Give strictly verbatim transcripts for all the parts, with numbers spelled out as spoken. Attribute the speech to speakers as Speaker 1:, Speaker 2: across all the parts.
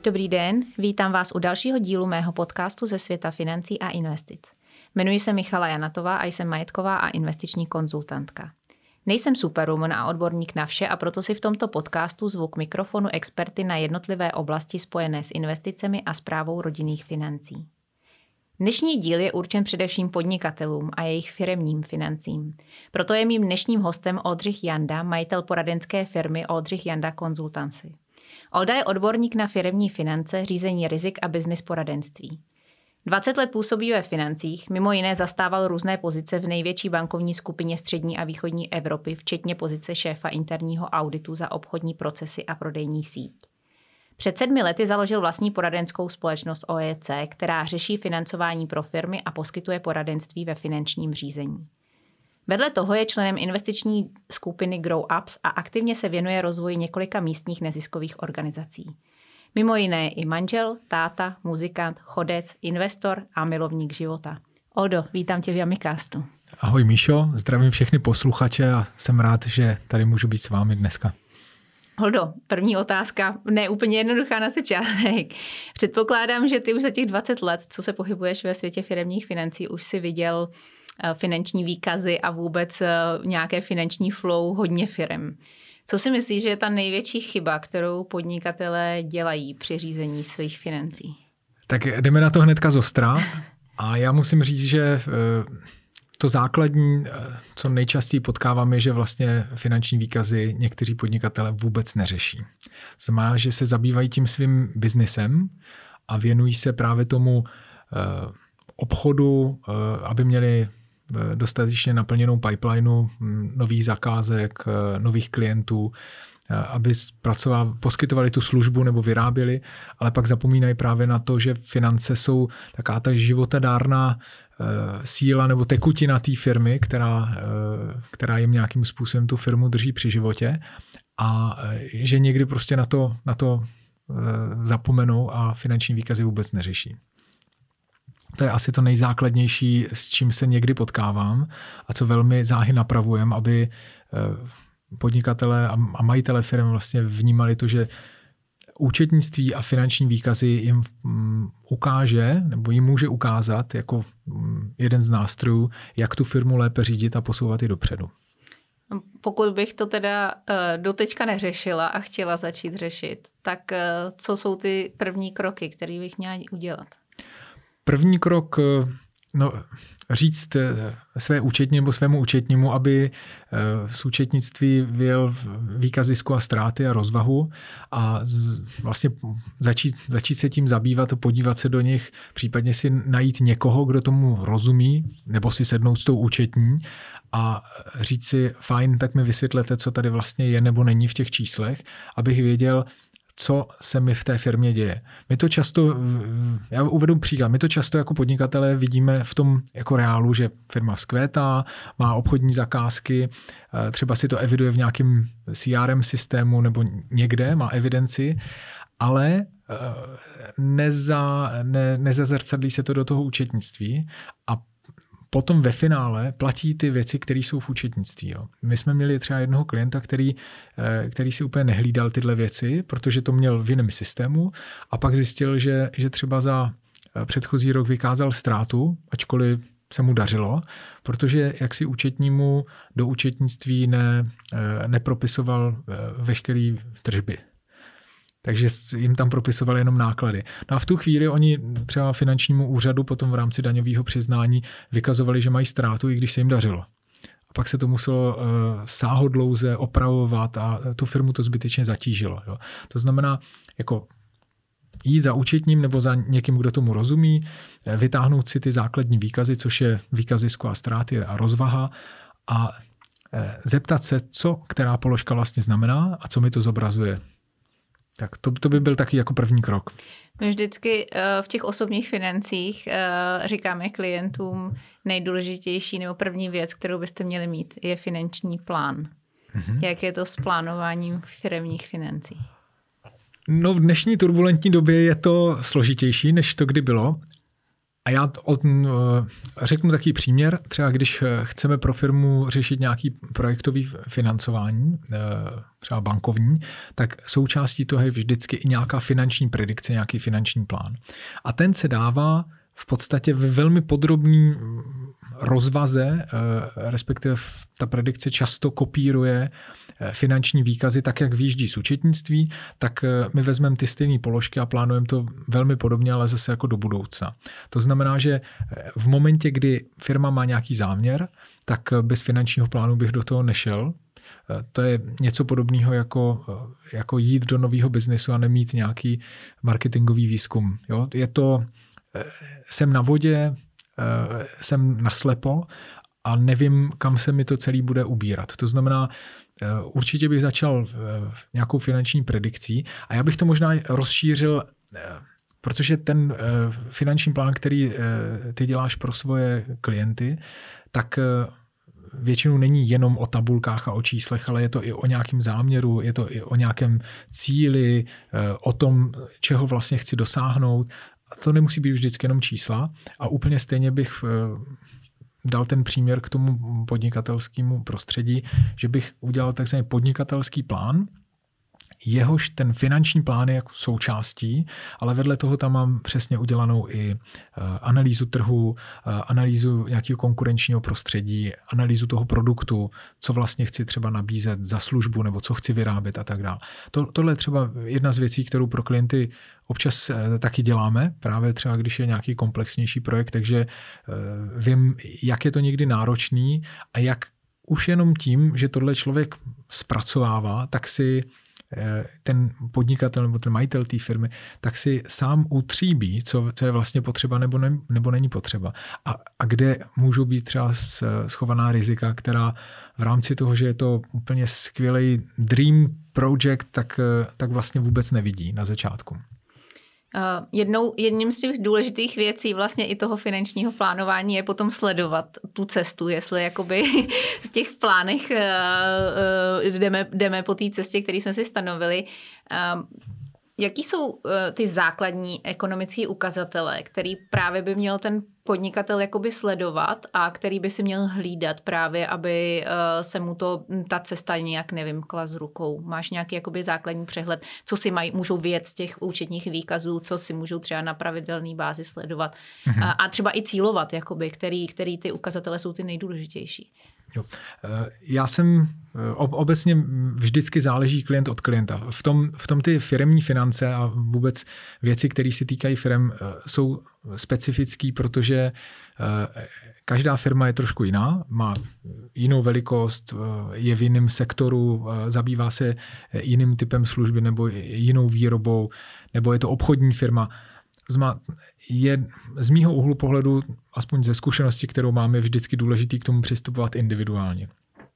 Speaker 1: Dobrý den, vítám vás u dalšího dílu mého podcastu ze světa financí a investic. Jmenuji se Michala Janatová a jsem majetková a investiční konzultantka. Nejsem superwoman a odborník na vše a proto si v tomto podcastu zvu k mikrofonu experty na jednotlivé oblasti spojené s investicemi a správou rodinných financí. Dnešní díl je určen především podnikatelům a jejich firemním financím. Proto je mým dnešním hostem Oldřich Janda, majitel poradenské firmy Oldřich Janda Consultancy. Olda je odborník na firemní finance, řízení rizik a business poradenství. dvacet let působí ve financích, mimo jiné zastával různé pozice v největší bankovní skupině střední a východní Evropy, včetně pozice šéfa interního auditu za obchodní procesy a prodejní síť. Před sedmi lety založil vlastní poradenskou společnost O E C, která řeší financování pro firmy a poskytuje poradenství ve finančním řízení. Vedle toho je členem investiční skupiny Grow Ups a aktivně se věnuje rozvoji několika místních neziskových organizací. Mimo jiné i manžel, táta, muzikant, chodec, investor a milovník života. Oldo, vítám tě v Yamicastu.
Speaker 2: Ahoj Míšo, zdravím všechny posluchače a jsem rád, že tady můžu být s vámi dneska.
Speaker 1: Holdo, první otázka, ne úplně jednoduchá na začátek. Předpokládám, že ty už za těch dvacet let, co se pohybuješ ve světě firemních financí, už si viděl finanční výkazy a vůbec nějaké finanční flow hodně firem. Co si myslíš, že je ta největší chyba, kterou podnikatelé dělají při řízení svých financí?
Speaker 2: Tak jdeme na to hnedka zostra a já musím říct, že to základní, co nejčastěji potkáváme, je, že vlastně finanční výkazy někteří podnikatelé vůbec neřeší. To znamená, že se zabývají tím svým biznisem a věnují se právě tomu obchodu, aby měli dostatečně naplněnou pipelineu nových zakázek, nových klientů, aby poskytovali tu službu nebo vyráběli, ale pak zapomínají právě na to, že finance jsou taková ta životadárná síla nebo tekutina té firmy, která, která jim nějakým způsobem tu firmu drží při životě a že někdy prostě na to, na to zapomenou a finanční výkazy vůbec neřeší. To je asi to nejzákladnější, s čím se někdy potkávám a co velmi záhy napravujem, aby podnikatelé a majitelé firm vlastně vnímali to, že účetnictví a finanční výkazy jim ukáže nebo jim může ukázat jako jeden z nástrojů, jak tu firmu lépe řídit a posouvat ji dopředu.
Speaker 1: Pokud bych to teda doteďka neřešila a chtěla začít řešit, tak co jsou ty první kroky, které bych měla udělat?
Speaker 2: První krok, no, říct své účetní nebo svému účetnímu, aby z účetnictví vyjel výkaz zisku a ztráty a rozvahu a vlastně začít, začít se tím zabývat a podívat se do nich, případně si najít někoho, kdo tomu rozumí, nebo si sednout s tou účetní a říct si, fajn, tak mi vysvětlete, co tady vlastně je nebo není v těch číslech, abych věděl, co se mi v té firmě děje. My to často, já uvedu příklad, my to často jako podnikatelé vidíme v tom jako reálu, že firma vzkvétá, má obchodní zakázky, třeba si to eviduje v nějakém C R M systému nebo někde, má evidenci, ale neza, ne, nezazrcadlí se to do toho účetnictví a potom ve finále platí ty věci, které jsou v účetnictví. Jo. My jsme měli třeba jednoho klienta, který, který si úplně nehlídal tyhle věci, protože to měl v jiném systému a pak zjistil, že, že třeba za předchozí rok vykázal ztrátu, ačkoliv se mu dařilo, protože jak si účetnímu do účetnictví ne, nepropisoval veškeré tržby. Takže jim tam propisovali jenom náklady. No a v tu chvíli oni třeba finančnímu úřadu potom v rámci daňového přiznání vykazovali, že mají ztrátu, i když se jim dařilo. A pak se to muselo uh, sáhodlouze opravovat a tu firmu to zbytečně zatížilo. Jo. To znamená, jako jít za účetním nebo za někým, kdo tomu rozumí, vytáhnout si ty základní výkazy, což je výkaz zisku a ztráty a rozvaha a zeptat se, co která položka vlastně znamená a co mi to zobrazuje. Tak to, to by byl taky jako první krok.
Speaker 1: My vždycky v těch osobních financích říkáme klientům nejdůležitější nebo první věc, kterou byste měli mít, je finanční plán. Mm-hmm. Jak je to s plánováním firemních financí?
Speaker 2: No v dnešní turbulentní době je to složitější, než to kdy bylo, A já od, řeknu takový příměr, třeba když chceme pro firmu řešit nějaký projektový financování, třeba bankovní, tak součástí toho je vždycky i nějaká finanční predikce, nějaký finanční plán. A ten se dává v podstatě ve velmi podrobný rozvaze, respektive ta predikce často kopíruje finanční výkazy, tak jak vyjíždí z účetnictví, tak my vezmeme ty stejné položky a plánujeme to velmi podobně, ale zase jako do budoucna. To znamená, že v momentě, kdy firma má nějaký záměr, tak bez finančního plánu bych do toho nešel. To je něco podobného jako, jako jít do nového biznesu a nemít nějaký marketingový výzkum. Jo? Je to, jsem na vodě, jsem naslepo a nevím, kam se mi to celý bude ubírat. To znamená, určitě bych začal nějakou finanční predikcí a já bych to možná rozšířil, protože ten finanční plán, který ty děláš pro svoje klienty, tak většinou není jenom o tabulkách a o číslech, ale je to i o nějakém záměru, je to i o nějakém cíli, o tom, čeho vlastně chci dosáhnout. A to nemusí být vždycky jenom čísla. A úplně stejně bych dal ten příměr k tomu podnikatelskému prostředí, že bych udělal takzvaný podnikatelský plán, jehož ten finanční plán je jako součástí, ale vedle toho tam mám přesně udělanou i analýzu trhu, analýzu nějakého konkurenčního prostředí, analýzu toho produktu, co vlastně chci třeba nabízet za službu nebo co chci vyrábět a tak dále. To, tohle je třeba jedna z věcí, kterou pro klienty občas taky děláme, právě třeba když je nějaký komplexnější projekt, takže vím, jak je to někdy náročný a jak už jenom tím, že tohle člověk zpracovává, tak si ten podnikatel nebo ten majitel té firmy, tak si sám utříbí, co, co je vlastně potřeba nebo, ne, nebo není potřeba. A, a kde můžou být třeba schovaná rizika, která v rámci toho, že je to úplně skvělý dream project, tak, tak vlastně vůbec nevidí na začátku.
Speaker 1: Uh, jednou, jedním z těch důležitých věcí vlastně i toho finančního plánování je potom sledovat tu cestu, jestli jakoby v těch plánech uh, uh, jdeme, jdeme po té cestě, který jsme si stanovili. Uh, jaký jsou uh, ty základní ekonomické ukazatele, který právě by měl ten podnikatel jakoby sledovat a který by si měl hlídat právě, aby uh, se mu to, ta cesta nějak nevymkla z rukou. Máš nějaký jakoby základní přehled, co si maj, můžou vyjet z těch účetních výkazů, co si můžou třeba na pravidelné bázi sledovat mhm. a, a třeba i cílovat, jakoby, který, který ty ukazatele jsou ty nejdůležitější.
Speaker 2: Jo. Já jsem obecně vždycky záleží klient od klienta. V tom, v tom ty firemní finance a vůbec věci, které se týkají firem, jsou specifický, protože každá firma je trošku jiná, má jinou velikost, je v jiném sektoru, zabývá se jiným typem služby nebo jinou výrobou, nebo je to obchodní firma. Je z mýho úhlu pohledu, aspoň ze zkušenosti, kterou máme, vždycky důležitý k tomu přistupovat individuálně.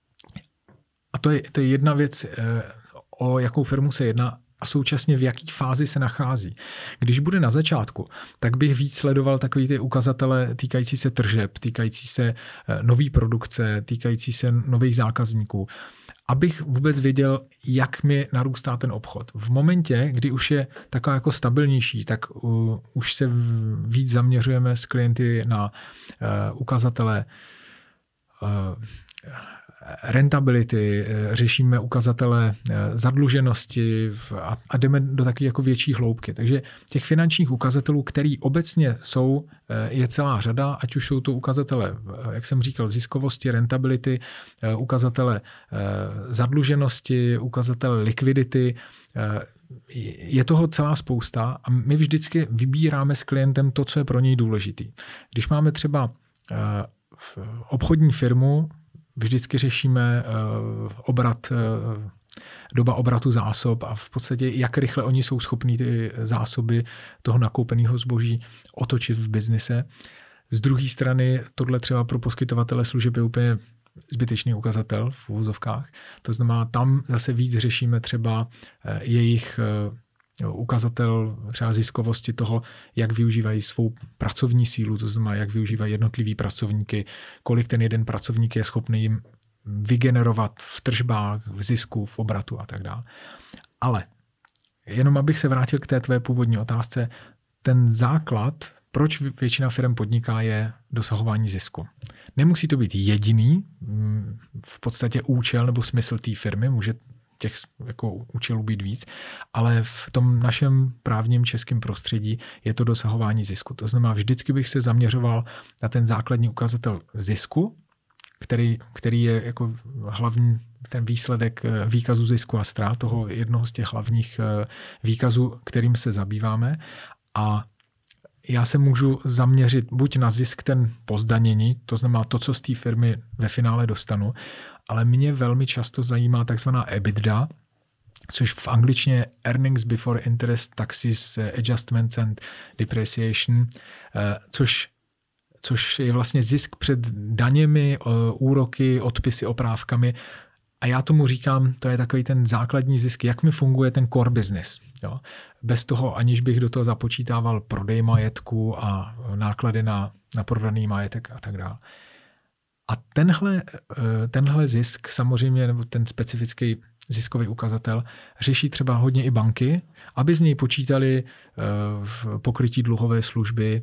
Speaker 2: A to je, to je jedna věc, o jakou firmu se jedná a současně v jaký fázi se nachází. Když bude na začátku, tak bych víc sledoval takový ty ukazatele týkající se tržeb, týkající se nový produkce, týkající se nových zákazníků, abych vůbec věděl, jak mi narůstá ten obchod. V momentě, kdy už je taková jako stabilnější, tak uh, už se víc zaměřujeme s klienty na uh, ukazatele uh, rentability, řešíme ukazatele zadluženosti a, a jdeme do takové jako větší hloubky. Takže těch finančních ukazatelů, který obecně jsou, je celá řada, ať už jsou to ukazatele, jak jsem říkal, ziskovosti, rentability, ukazatele zadluženosti, ukazatele likvidity. Je toho celá spousta a my vždycky vybíráme s klientem to, co je pro něj důležitý. Když máme třeba obchodní firmu, vždycky řešíme uh, obrat, uh, doba obratu zásob a v podstatě jak rychle oni jsou schopní ty zásoby toho nakoupeného zboží otočit v biznise. Z druhé strany tohle třeba pro poskytovatele služeb je úplně zbytečný ukazatel v uvozovkách. To znamená, tam zase víc řešíme třeba uh, jejich uh, ukazatel třeba ziskovosti toho, jak využívají svou pracovní sílu, to znamená, jak využívají jednotlivý pracovníky, kolik ten jeden pracovník je schopný jim vygenerovat v tržbách, v zisku, v obratu a tak dále. Ale jenom abych se vrátil k té tvé původní otázce, ten základ proč většina firm podniká, je dosahování zisku. Nemusí to být jediný v podstatě účel nebo smysl té firmy, může těch jako účelů být víc, ale v tom našem právním českém prostředí je to dosahování zisku. To znamená, vždycky bych se zaměřoval na ten základní ukazatel zisku, který, který je jako hlavní ten výsledek výkazu zisku a ztrát, toho jednoho z těch hlavních výkazů, kterým se zabýváme. A já se můžu zaměřit buď na zisk ten po zdanění, to znamená to, co z té firmy ve finále dostanu, ale mě velmi často zajímá takzvaná EBITDA, což v angličtině Earnings Before Interest, Taxes, Adjustments and Depreciation, což, což je vlastně zisk před daněmi, úroky, odpisy, oprávkami. A já tomu říkám, to je takový ten základní zisk, jak mi funguje ten core business. Jo? Bez toho, aniž bych do toho započítával prodej majetku a náklady na, na prodaný majetek a tak dále. A tenhle, tenhle zisk samozřejmě, nebo ten specifický ziskový ukazatel, řeší třeba hodně i banky, aby z něj počítali v pokrytí dluhové služby,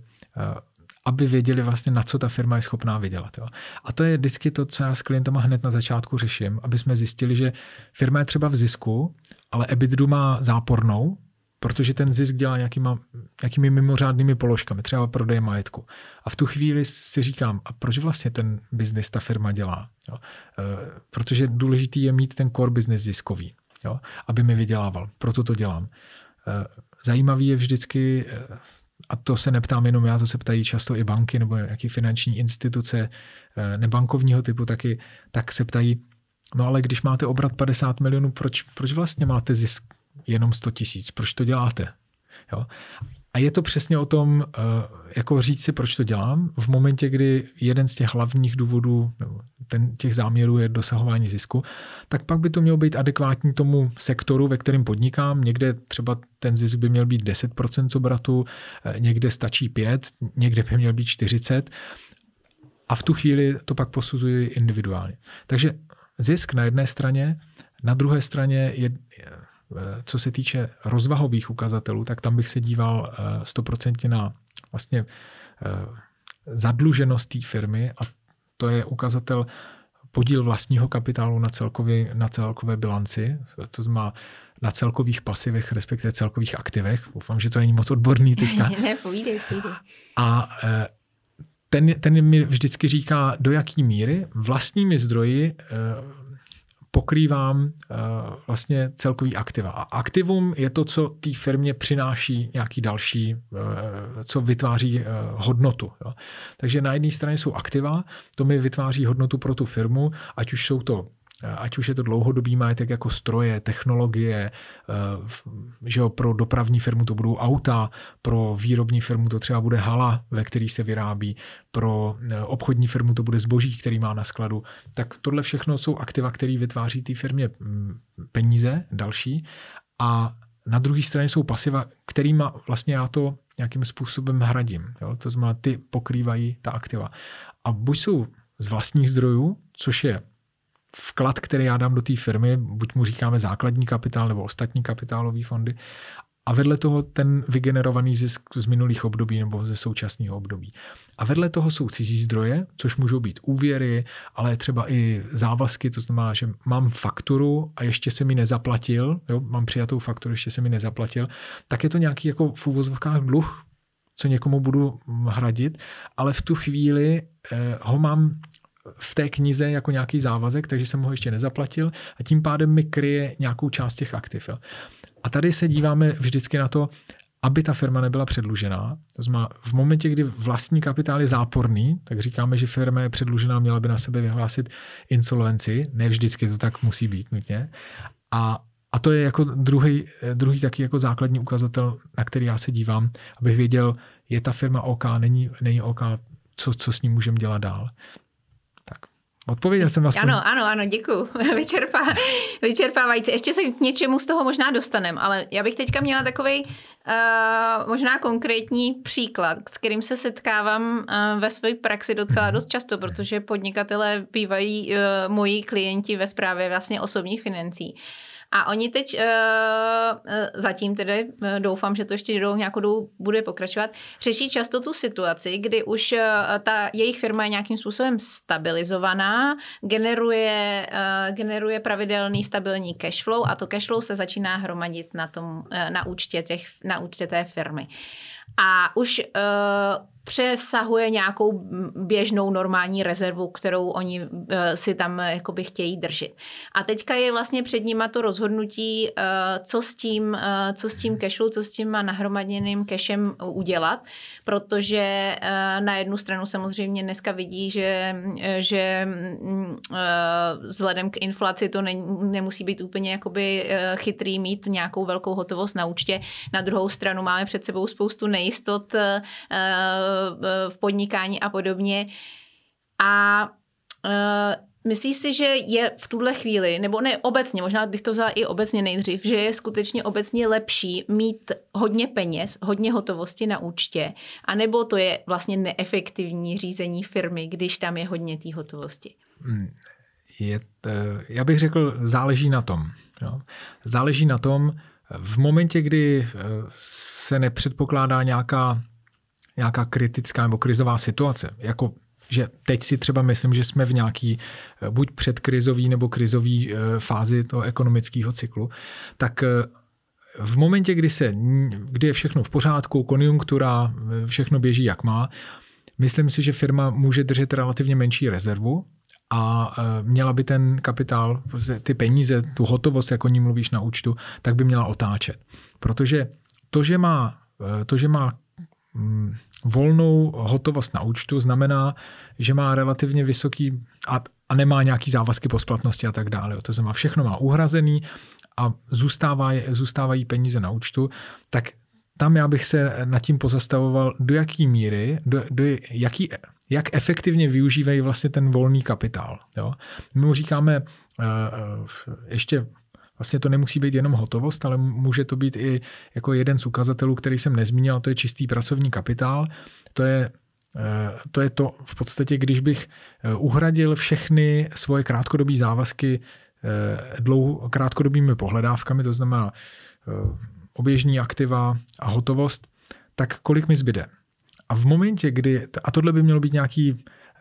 Speaker 2: aby věděli vlastně, na co ta firma je schopná vydělat. Jo. A to je vždycky to, co já s klientama hned na začátku řeším, aby jsme zjistili, že firma je třeba v zisku, ale EBITDA má zápornou, protože ten zisk dělá nějakýma, nějakými mimořádnými položkami, třeba prodej majetku. A v tu chvíli si říkám, a proč vlastně ten biznis ta firma dělá? Jo. E, protože důležitý je mít ten core business ziskový, jo, aby mi vydělával. Proto to dělám. E, zajímavý je vždycky, a to se neptám jenom já, to se ptají často i banky nebo jaký finanční instituce nebankovního typu taky, tak se ptají, no ale když máte obrat padesát milionů, proč, proč vlastně máte zisk jenom sto tisíc? Proč to děláte? Jo? A je to přesně o tom, jako říct si, proč to dělám. V momentě, kdy jeden z těch hlavních důvodů, ten, těch záměrů je dosahování zisku, tak pak by to mělo být adekvátní tomu sektoru, ve kterém podnikám. Někde třeba ten zisk by měl být deset procent z obratu, někde stačí pět, někde by měl být čtyřicet. A v tu chvíli to pak posuzuji individuálně. Takže zisk na jedné straně, na druhé straně je... Co se týče rozvahových ukazatelů, tak tam bych se díval sto procent na vlastně zadluženost té firmy a to je ukazatel podíl vlastního kapitálu na, celkově, na celkové bilanci, to znamená na celkových pasivech, respektive celkových aktivech. Doufám, že to není moc odborný teďka.
Speaker 1: Ne, půjde, půjde.
Speaker 2: A ten, ten mi vždycky říká, do jaký míry vlastními zdroji pokrývám uh, vlastně celkový aktiva. A aktivum je to, co té firmě přináší nějaký další, uh, co vytváří uh, hodnotu. Jo. Takže na jedné straně jsou aktiva, to mi vytváří hodnotu pro tu firmu, ať už jsou to ať už je to dlouhodobý majetek jako stroje, technologie, že jo, pro dopravní firmu to budou auta, pro výrobní firmu to třeba bude hala, ve který se vyrábí, pro obchodní firmu to bude zboží, který má na skladu. Tak tohle všechno jsou aktiva, které vytváří té firmě peníze další a na druhé straně jsou pasiva, kterýma vlastně já to nějakým způsobem hradím. Jo? To znamená, ty pokrývají ta aktiva. A buď jsou z vlastních zdrojů, což je vklad, který já dám do té firmy, buď mu říkáme základní kapitál nebo ostatní kapitálové fondy, a vedle toho ten vygenerovaný zisk z minulých období nebo ze současného období. A vedle toho jsou cizí zdroje, což můžou být úvěry, ale třeba i závazky, to znamená, že mám fakturu a ještě se mi nezaplatil, jo, mám přijatou fakturu, ještě se mi nezaplatil, tak je to nějaký jako v úvozovkách dluh, co někomu budu hradit, ale v tu chvíli eh, ho mám v té knize jako nějaký závazek, takže jsem ho ještě nezaplatil a tím pádem mi kryje nějakou část těch aktiv. Jo. A tady se díváme vždycky na to, aby ta firma nebyla předlužená. To znamená, v momentě, kdy vlastní kapitál je záporný, tak říkáme, že firma je předlužená, měla by na sebe vyhlásit insolvenci. Ne vždycky to tak musí být nutně. A, a to je jako druhý, druhý taky jako základní ukazatel, na který já se dívám, abych věděl, je ta firma OK, není, není OK, co, co s ním můžeme dělat dál. Odpověděl jsem aspoň.
Speaker 1: Ano, ano, ano, děkuju. Vyčerpá, vyčerpávající. Ještě se k něčemu z toho možná dostaneme, ale já bych teďka měla takovej uh, možná konkrétní příklad, s kterým se setkávám uh, ve své praxi docela dost často, protože podnikatelé bývají uh, moji klienti ve správě vlastně osobních financí. A oni teď uh, zatím tedy, doufám, že to ještě jdou nějakou dobu bude pokračovat, řeší často tu situaci, kdy už uh, ta jejich firma je nějakým způsobem stabilizovaná, generuje, uh, generuje pravidelný stabilní cashflow a to cashflow se začíná hromadit na, tom, uh, na, účtě těch, na účtě té firmy. A už uh, přesahuje nějakou běžnou normální rezervu, kterou oni uh, si tam jakoby chtějí držet. A teďka je vlastně před nima to rozhodnutí, uh, co s tím, uh, co s tím cashu, co s tím nahromaděným cashem udělat, protože uh, na jednu stranu samozřejmě dneska vidí, že, že uh, vzhledem k inflaci to ne, nemusí být úplně jakoby uh, chytrý mít nějakou velkou hotovost na účtě. Na druhou stranu máme před sebou spoustu nejistot uh, v podnikání a podobně. A uh, myslíš si, že je v tuhle chvíli, nebo ne obecně, možná bych to vzala i obecně nejdřív, že je skutečně obecně lepší mít hodně peněz, hodně hotovosti na účtě, anebo to je vlastně neefektivní řízení firmy, když tam je hodně té hotovosti?
Speaker 2: Je to, já bych řekl, záleží na tom. Jo. Záleží na tom, v momentě, kdy se nepředpokládá nějaká nějaká kritická nebo krizová situace, jako že teď si třeba myslím, že jsme v nějaký buď předkrizový nebo krizový fázi toho ekonomického cyklu, tak v momentě, kdy, se, kdy je všechno v pořádku, konjunktura, všechno běží jak má, myslím si, že firma může držet relativně menší rezervu a měla by ten kapitál, ty peníze, tu hotovost, jak o ní mluvíš na účtu, tak by měla otáčet. Protože to, že má, to, že má volnou hotovost na účtu, znamená, že má relativně vysoký a, a nemá nějaký závazky po splatnosti a tak dále. To znamená, všechno má uhrazený a zůstává, zůstávají peníze na účtu, tak tam já bych se nad tím pozastavoval, do jaký míry, do, do jaký, jak efektivně využívají vlastně ten volný kapitál. Jo? My mu říkáme uh, ještě vlastně to nemusí být jenom hotovost, ale může to být i jako jeden z ukazatelů, který jsem nezmínil, a to je čistý pracovní kapitál. To je, to je to v podstatě, když bych uhradil všechny svoje krátkodobé závazky dlouho, krátkodobými pohledávkami, to znamená oběžní aktiva a hotovost, tak kolik mi zbyde. A v momentě, kdy, a tohle by mělo být nějaký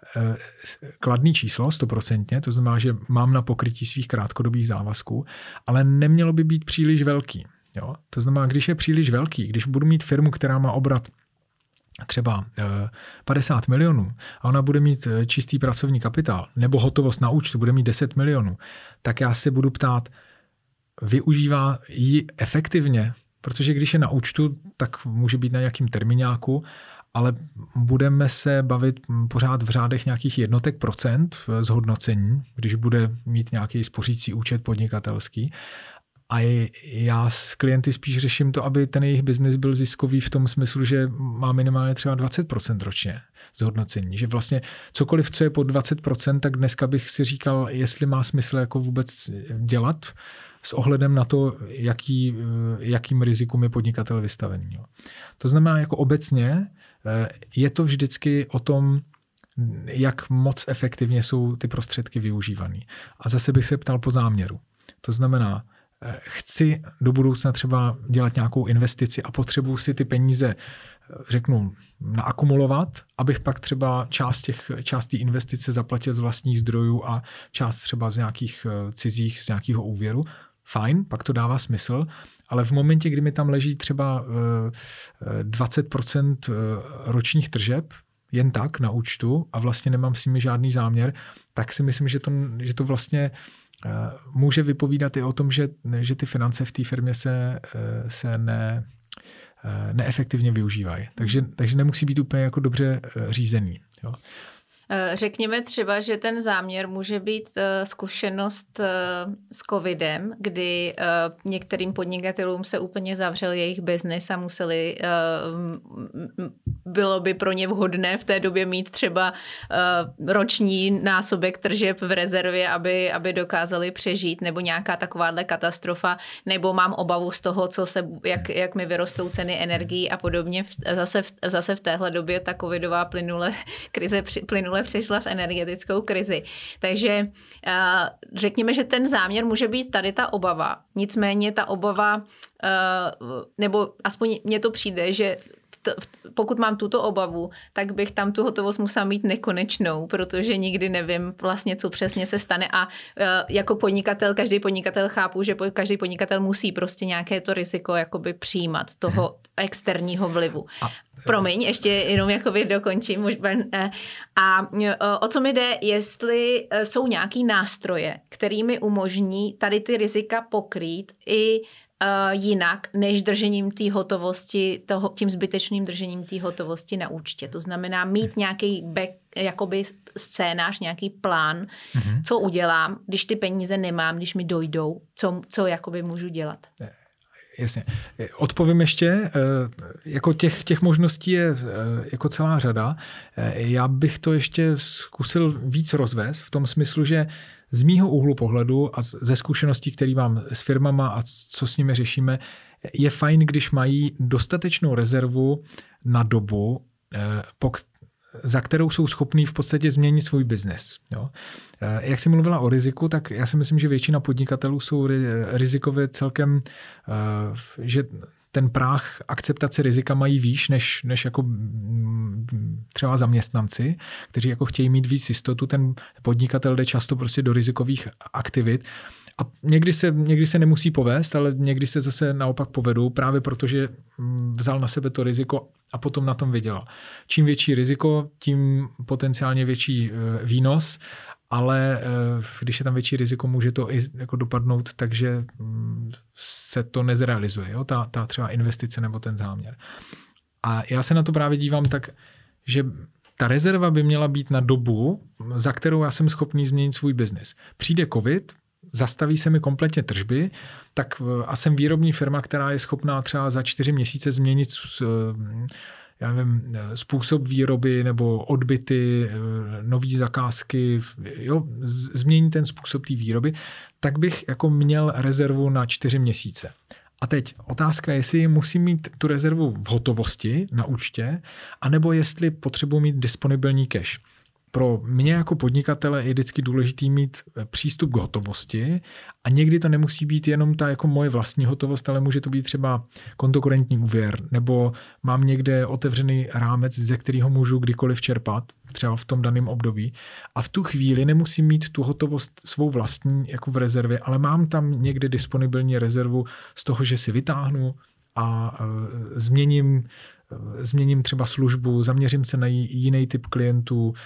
Speaker 2: kladný číslo, stoprocentně, to znamená, že mám na pokrytí svých krátkodobých závazků, ale nemělo by být příliš velký. Jo? To znamená, když je příliš velký, když budu mít firmu, která má obrat třeba padesát milionů a ona bude mít čistý pracovní kapitál nebo hotovost na účtu bude mít deset milionů, tak já se budu ptát, využívá ji efektivně, protože když je na účtu, tak může být na nějakým termíňáku, ale budeme se bavit pořád v řádech nějakých jednotek procent zhodnocení, když bude mít nějaký spořící účet podnikatelský. A já s klienty spíš řeším to, aby ten jejich biznis byl ziskový v tom smyslu, že má minimálně třeba dvacet procent ročně zhodnocení. Že vlastně cokoliv, co je pod dvacet procent, tak dneska bych si říkal, jestli má smysl jako vůbec dělat s ohledem na to, jaký, jakým rizikům je podnikatel vystavený. To znamená, jako obecně je to vždycky o tom, jak moc efektivně jsou ty prostředky využívané. A zase bych se ptal po záměru. To znamená, chci do budoucna třeba dělat nějakou investici a potřebuji si ty peníze, řeknu, naakumulovat, abych pak třeba část těch, část té investice zaplatil z vlastních zdrojů a část třeba z nějakých cizích, z nějakého úvěru. Fajn, pak to dává smysl, ale v momentě, kdy mi tam leží třeba dvacet procent ročních tržeb, jen tak na účtu a vlastně nemám s nimi žádný záměr, tak si myslím, že to, že to vlastně může vypovídat i o tom, že, že ty finance v té firmě se, se ne, neefektivně využívají. Takže, takže nemusí být úplně jako dobře řízený. Jo.
Speaker 1: Řekněme třeba, že ten záměr může být zkušenost s covidem, kdy některým podnikatelům se úplně zavřel jejich biznis a museli, bylo by pro ně vhodné v té době mít třeba roční násobek tržeb v rezervě, aby, aby dokázali přežít, nebo nějaká takováhle katastrofa, nebo mám obavu z toho, co se, jak, jak mi vyrostou ceny energií a podobně. Zase v, zase v téhle době ta covidová plynule, krize plynule minule přešla v energetickou krizi. Takže uh, řekněme, že ten záměr může být tady ta obava. Nicméně ta obava, uh, nebo aspoň mně to přijde, že pokud mám tuto obavu, tak bych tam tu hotovost musela mít nekonečnou, protože nikdy nevím vlastně, co přesně se stane a jako podnikatel, každý podnikatel chápu, že každý podnikatel musí prostě nějaké to riziko jakoby přijímat toho externího vlivu. A promiň, ještě jenom jakoby dokončím. A o co mi jde, jestli jsou nějaký nástroje, kterými umožní tady ty rizika pokrýt i jinak, než držením té hotovosti, toho, tím zbytečným držením té hotovosti na účtě. To znamená mít nějaký back, jakoby scénář, nějaký plán, mm-hmm. co udělám, když ty peníze nemám, když mi dojdou, co, co jakoby můžu dělat.
Speaker 2: Jasně. Odpovím ještě, jako těch, těch možností je jako celá řada. Já bych to ještě zkusil víc rozvést v tom smyslu, že z mýho úhlu pohledu a ze zkušeností, které mám s firmama a co s nimi řešíme, je fajn, když mají dostatečnou rezervu na dobu, za kterou jsou schopní v podstatě změnit svůj biznes. Jo. Jak jsi mluvila o riziku, tak já si myslím, že většina podnikatelů jsou rizikově celkem, že ten práh akceptace rizika mají výš než, než jako třeba zaměstnanci, kteří jako chtějí mít víc jistotu. Ten podnikatel jde často prostě do rizikových aktivit a někdy se, někdy se nemusí povést, ale někdy se zase naopak povedou právě proto, že vzal na sebe to riziko a potom na tom vydělal. Čím větší riziko, tím potenciálně větší výnos, ale když je tam větší riziko, může to i jako dopadnout, takže se to nezrealizuje, jo? Ta, ta třeba investice nebo ten záměr. A já se na to právě dívám tak, že ta rezerva by měla být na dobu, za kterou já jsem schopný změnit svůj biznis. Přijde covid, zastaví se mi kompletně tržby, tak a jsem výrobní firma, která je schopná třeba za čtyři měsíce změnit já nevím, způsob výroby nebo odbyty, nový zakázky, jo, změní ten způsob té výroby, tak bych jako měl rezervu na čtyři měsíce. A teď otázka je, jestli musím mít tu rezervu v hotovosti na účtě, anebo jestli potřebuji mít disponibilní cash. Pro mě jako podnikatele je vždycky důležitý mít přístup k hotovosti a někdy to nemusí být jenom ta jako moje vlastní hotovost, ale může to být třeba kontokorentní úvěr, nebo mám někde otevřený rámec, ze kterého můžu kdykoliv čerpat, třeba v tom daném období. A v tu chvíli nemusím mít tu hotovost svou vlastní jako v rezervě, ale mám tam někde disponibilní rezervu z toho, že si vytáhnu a e, změním změním třeba službu, zaměřím se na jiný typ klientů,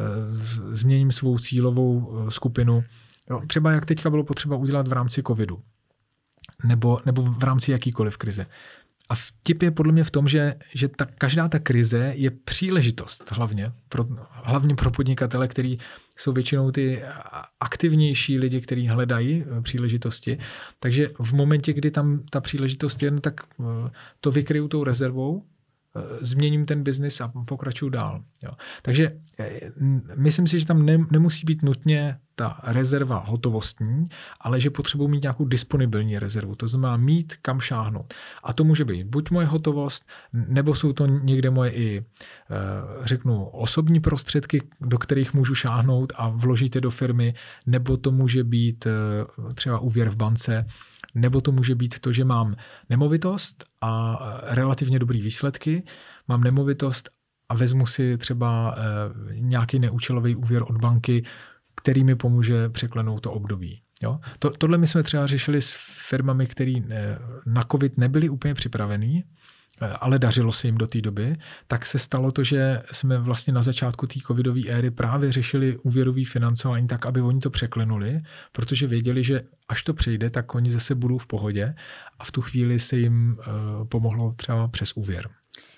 Speaker 2: změním svou cílovou skupinu. Jo, třeba jak teďka bylo potřeba udělat v rámci covidu nebo, nebo v rámci jakýkoliv krize. A vtip je podle mě v tom, že, že ta, každá ta krize je příležitost hlavně pro, hlavně pro podnikatele, který jsou většinou ty aktivnější lidi, kteří hledají příležitosti. Takže v momentě, kdy tam ta příležitost je, no tak to vykryju tou rezervou, změním ten biznis a pokračuju dál. Jo. Takže myslím si, že tam ne, nemusí být nutně ta rezerva hotovostní, ale že potřebuji mít nějakou disponibilní rezervu. To znamená mít kam šáhnout. A to může být buď moje hotovost, nebo jsou to někde moje i, řeknu, osobní prostředky, do kterých můžu šáhnout a vložit je do firmy, nebo to může být třeba úvěr v bance, nebo to může být to, že mám nemovitost a relativně dobrý výsledky, mám nemovitost a vezmu si třeba nějaký neúčelový úvěr od banky, který mi pomůže překlenout to období. Jo? To, tohle my jsme třeba řešili s firmami, které na covid nebyly úplně připravený, ale dařilo se jim do té doby, tak se stalo to, že jsme vlastně na začátku té covidové éry právě řešili úvěrový financování tak, aby oni to překlenuli, protože věděli, že až to přejde, tak oni zase budou v pohodě a v tu chvíli se jim uh, pomohlo třeba přes úvěr.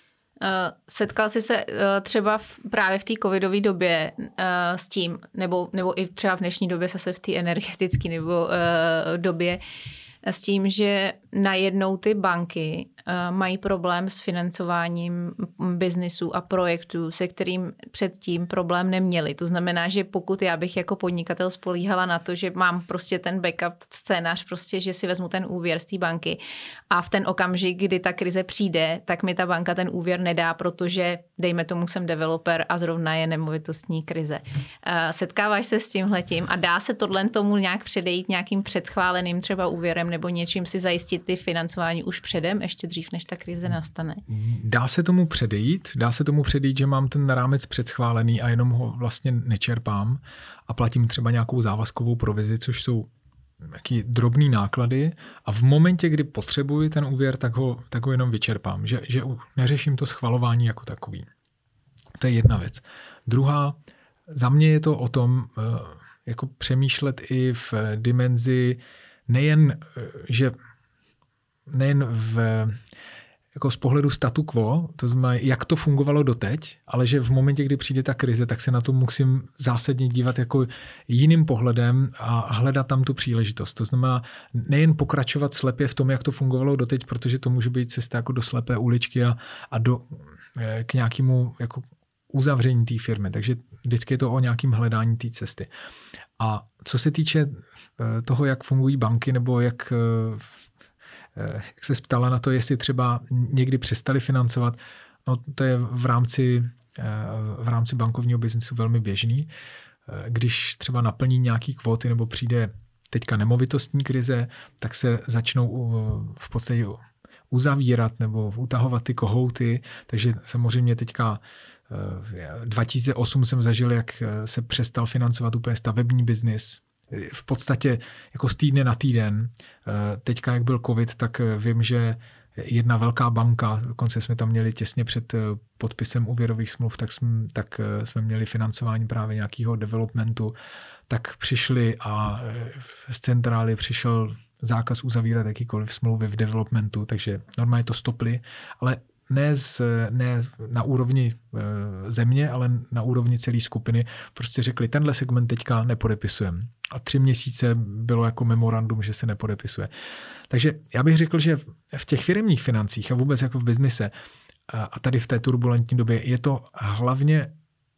Speaker 1: Setkal jsi se třeba v, právě v té covidové době uh, s tím, nebo, nebo i třeba v dnešní době zase v té energetické nebo uh, době s tím, že najednou ty banky uh, mají problém s financováním biznisů a projektů, se kterým předtím problém neměli. To znamená, že pokud já bych jako podnikatel spolíhala na to, že mám prostě ten backup scénář, prostě, že si vezmu ten úvěr z té banky a v ten okamžik, kdy ta krize přijde, tak mi ta banka ten úvěr nedá, protože dejme tomu jsem developer a zrovna je nemovitostní krize. Uh, setkáváš se s tímhletím a dá se tohle tomu nějak předejít nějakým předschváleným třeba úvěrem nebo něčím si zajistit ty financování už předem, ještě dřív, než ta krize nastane?
Speaker 2: Dá se tomu předejít, dá se tomu předejít, že mám ten rámec předschválený a jenom ho vlastně nečerpám a platím třeba nějakou závazkovou provizi, což jsou nějaký drobný náklady a v momentě, kdy potřebuji ten úvěr, tak ho, tak ho jenom vyčerpám, že, že neřeším to schvalování jako takový. To je jedna věc. Druhá, za mě je to o tom, jako přemýšlet i v dimenzi nejen, že nejen v, jako z pohledu statu quo, to znamená, jak to fungovalo doteď, ale že v momentě, kdy přijde ta krize, tak se na to musím zásadně dívat jako jiným pohledem a hledat tam tu příležitost. To znamená, nejen pokračovat slepě v tom, jak to fungovalo doteď, protože to může být cesta jako do slepé uličky a, a do, k nějakému jako uzavření té firmy. Takže vždycky je to o nějakém hledání té cesty. A co se týče toho, jak fungují banky, nebo jak, jak se ptala na to, jestli třeba někdy přestali financovat, no to je v rámci, v rámci bankovního biznesu velmi běžný. Když třeba naplní nějaký kvóty nebo přijde teďka nemovitostní krize, tak se začnou v podstatě uzavírat nebo utahovat ty kohouty. Takže samozřejmě teďka dva tisíce osm jsem zažil, jak se přestal financovat úplně stavební biznis. V podstatě jako z týdne na týden. Teďka, jak byl covid, tak vím, že jedna velká banka, dokonce jsme tam měli těsně před podpisem úvěrových smluv, tak jsme, tak jsme měli financování právě nějakého developmentu, tak přišli a z centrály přišel zákaz uzavírat jakýkoliv smlouvy v developmentu, takže normálně to stopli, ale ne, z, ne na úrovni e, země, ale na úrovni celé skupiny. Prostě řekli, tenhle segment teďka nepodepisujeme. A tři měsíce bylo jako memorandum, že se nepodepisuje. Takže já bych řekl, že v těch firemních financích a vůbec jako v biznise a, a tady v té turbulentní době je to hlavně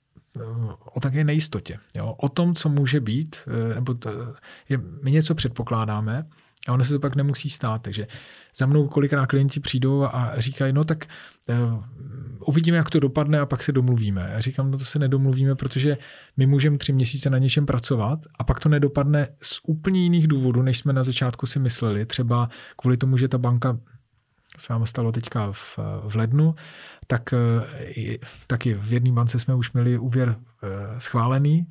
Speaker 2: o také nejistotě. Jo? O tom, co může být, nebo to, že my něco předpokládáme, a ono se to pak nemusí stát. Takže za mnou kolikrát klienti přijdou a říkají, no tak uh, uvidíme, jak to dopadne a pak se domluvíme. Já říkám, no to se nedomluvíme, protože my můžeme tři měsíce na něčem pracovat a pak to nedopadne z úplně jiných důvodů, než jsme na začátku si mysleli. Třeba kvůli tomu, že ta banka, se nám stalo teďka v, v lednu, tak uh, taky v jedné bance jsme už měli úvěr uh, schválený.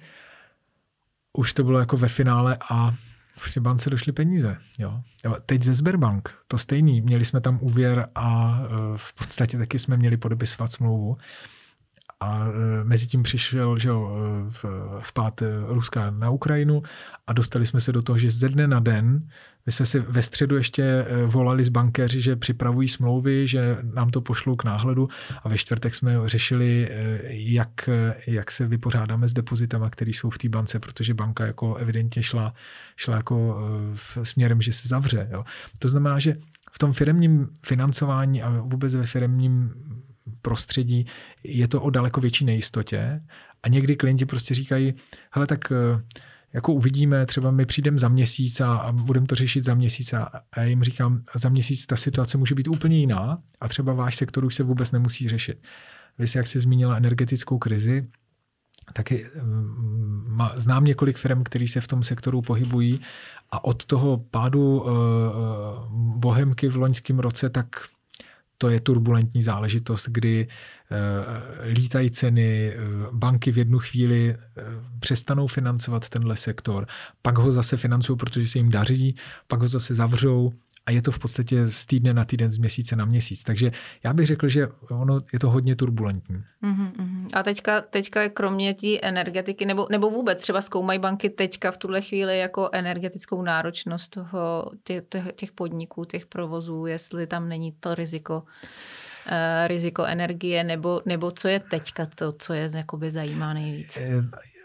Speaker 2: Už to bylo jako ve finále a v bance došly peníze. Jo. Teď ze Sberbank, to stejný. Měli jsme tam úvěr a v podstatě taky jsme měli podepisovat smlouvu. A mezi tím přišel že jo, vpád Ruska na Ukrajinu a dostali jsme se do toho, že ze dne na den, my jsme si ve středu ještě volali s bankéři, že připravují smlouvy, že nám to pošlou k náhledu a ve čtvrtek jsme řešili, jak, jak se vypořádáme s depozitama, které jsou v té bance, protože banka jako evidentně šla, šla jako směrem, že se zavře. Jo. To znamená, že v tom firemním financování a vůbec ve firemním prostředí je to o daleko větší nejistotě a někdy klienti prostě říkají, hele tak jako uvidíme, třeba my přijdeme za měsíc a, a budeme to řešit za měsíc a, a já jim říkám, za měsíc ta situace může být úplně jiná a třeba váš sektor už se vůbec nemusí řešit. Vy si, jak jsi zmínila energetickou krizi, taky má, znám několik firm, který se v tom sektoru pohybují a od toho pádu uh, Bohemky v loňském roce, tak to je turbulentní záležitost, kdy uh, lítají ceny, uh, banky v jednu chvíli uh, přestanou financovat tenhle sektor, pak ho zase financují, protože se jim daří, pak ho zase zavřou a je to v podstatě z týdne na týden, z měsíce na měsíc. Takže já bych řekl, že ono je to hodně turbulentní.
Speaker 1: Uh-huh. A teďka, teďka kromě té energetiky, nebo, nebo vůbec třeba zkoumají banky teďka v tuhle chvíli jako energetickou náročnost toho, těch, těch podniků, těch provozů, jestli tam není to riziko, uh, riziko energie, nebo, nebo co je teďka to, co je jakoby zajímá nejvíc?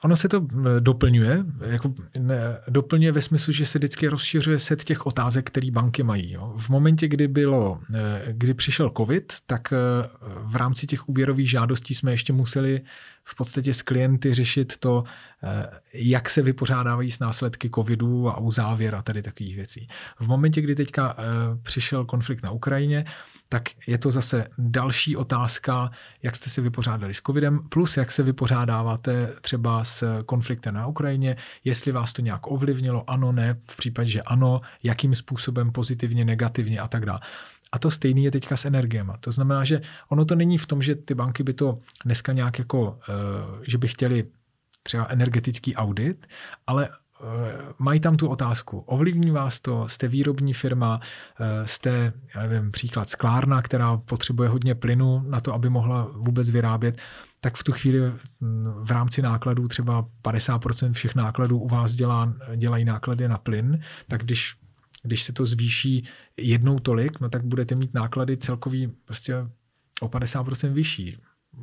Speaker 2: ono se to doplňuje, jako doplňuje ve smyslu, že se vždycky rozšiřuje set těch otázek, které banky mají. Jo. V momentě, kdy bylo, kdy přišel covid, tak v rámci těch úvěrových žádostí jsme ještě museli v podstatě s klienty řešit to, jak se vypořádávají s následky covidu a uzávěr a tady takových věcí. V momentě, kdy teďka přišel konflikt na Ukrajině, tak je to zase další otázka, jak jste se vypořádali s covidem, plus jak se vypořádáváte třeba s konfliktem na Ukrajině, jestli vás to nějak ovlivnilo, ano, ne, v případě, že ano, jakým způsobem pozitivně, negativně a tak dále. A to stejný je teďka s energiema. To znamená, že ono to není v tom, že ty banky by to dneska nějak jako, že by chtěli třeba energetický audit, ale mají tam tu otázku. Ovlivní vás to? Jste výrobní firma? Jste, já nevím, příklad sklárna, která potřebuje hodně plynu na to, aby mohla vůbec vyrábět? Tak v tu chvíli v rámci nákladů třeba padesát procent všech nákladů u vás dělá, dělají náklady na plyn, tak když, když se to zvýší jednou tolik, no tak budete mít náklady celkový prostě o padesát procent vyšší.